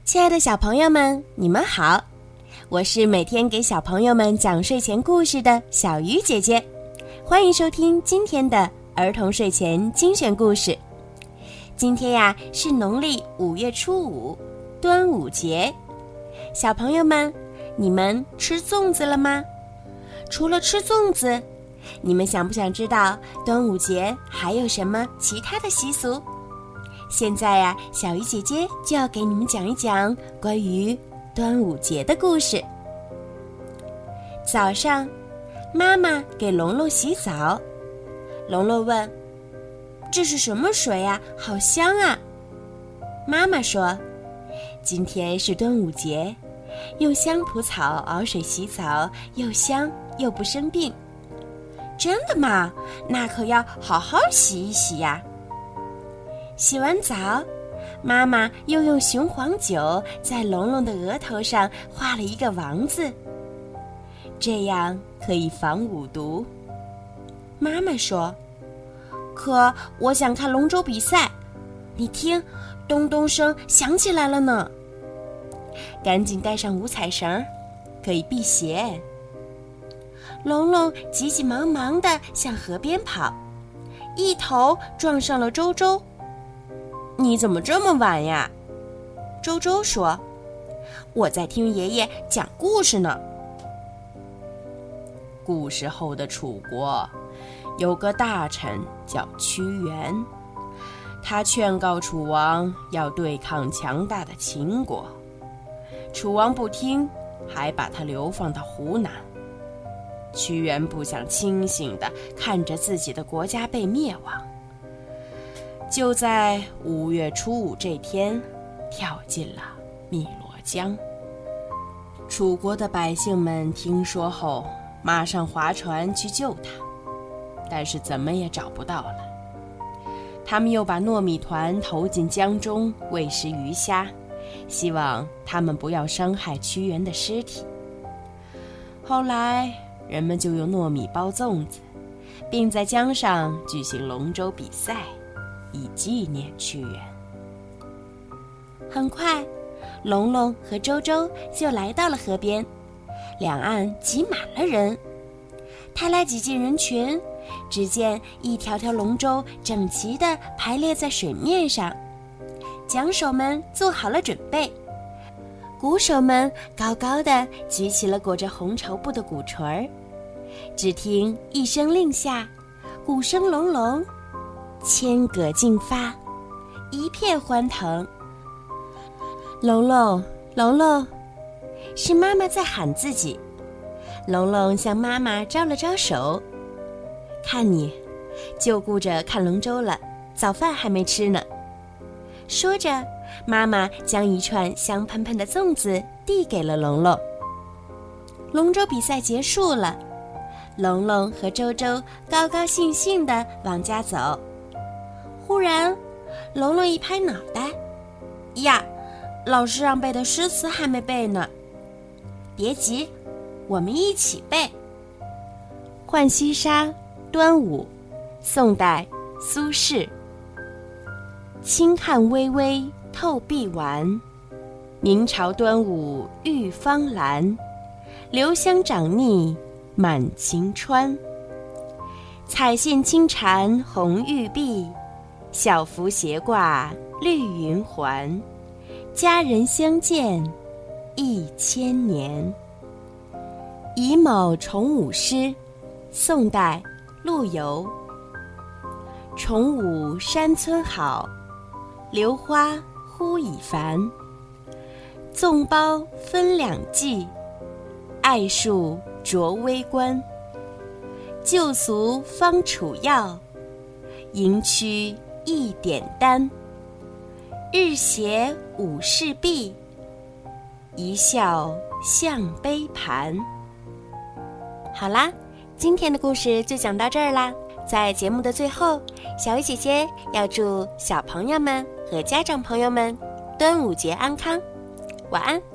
亲爱的小朋友们，你们好，我是每天给小朋友们讲睡前故事的小鱼姐姐，欢迎收听今天的儿童睡前精选故事。今天呀，是农历5月初5，端午节。小朋友们，你们吃粽子了吗？除了吃粽子，你们想不想知道端午节还有什么其他的习俗？现在呀，小鱼姐姐就要给你们讲一讲关于端午节的故事。早上，妈妈给龙龙洗澡，龙龙问：“这是什么水呀？好香啊！”妈妈说：“今天是端午节，用香蒲草熬水洗澡，又香又不生病。”真的吗？那可要好好洗一洗呀。洗完澡，妈妈又用雄黄酒在龙龙的额头上画了一个王字，这样可以防五毒。妈妈说：“可我想看龙舟比赛，你听，咚咚声响起来了呢。”赶紧带上五彩绳，可以辟邪。龙龙急急忙忙地向河边跑，一头撞上了周周。“你怎么这么晚呀？”周周说：“我在听爷爷讲故事呢。” 古时候的楚国有个大臣叫屈原，他劝告楚王要对抗强大的秦国，楚王不听，还把他流放到湖南。屈原不想清醒地看着自己的国家被灭亡，就在5月初5这天跳进了汨罗江。楚国的百姓们听说后，马上划船去救他，但是怎么也找不到了。他们又把糯米团投进江中喂食鱼虾，希望他们不要伤害屈原的尸体。后来人们就用糯米包粽子，并在江上举行龙舟比赛，以纪念屈原。 很快，龙龙和周周就来到了河边，两岸挤满了人。他俩挤进人群，只见一条条龙舟整齐地排列在水面上，桨手们做好了准备，鼓手们高高地举起了裹着红绸布的鼓槌儿。只听一声令下，鼓声隆隆，千葛竞发，一片欢腾。龙龙，龙龙，是妈妈在喊自己。龙龙向妈妈招了招手，看你，就顾着看龙舟了，早饭还没吃呢。说着，妈妈将一串香喷喷的粽子递给了龙龙。龙舟比赛结束了，龙龙和周周高高兴兴地往家走。忽然，龙龙一拍脑袋：“呀，老师让背的诗词还没背呢。”“别急，我们一起背。”《浣溪沙·端午》宋代苏轼。轻汉微微透碧丸，明朝端午玉芳兰。留香长腻满晴川，彩线轻缠红玉璧，小幅斜挂绿云环。佳人相见1000年。乙卯重午诗，宋代陆游。重午山村好，榴花忽已繁。粽包分两季，艾树着微冠。旧俗方楚药，营区一点丹。日斜午市壁，一笑向杯盘。好啦，今天的故事就讲到这儿啦。在节目的最后，小鱼姐姐要祝小朋友们和家长朋友们端午节安康，晚安。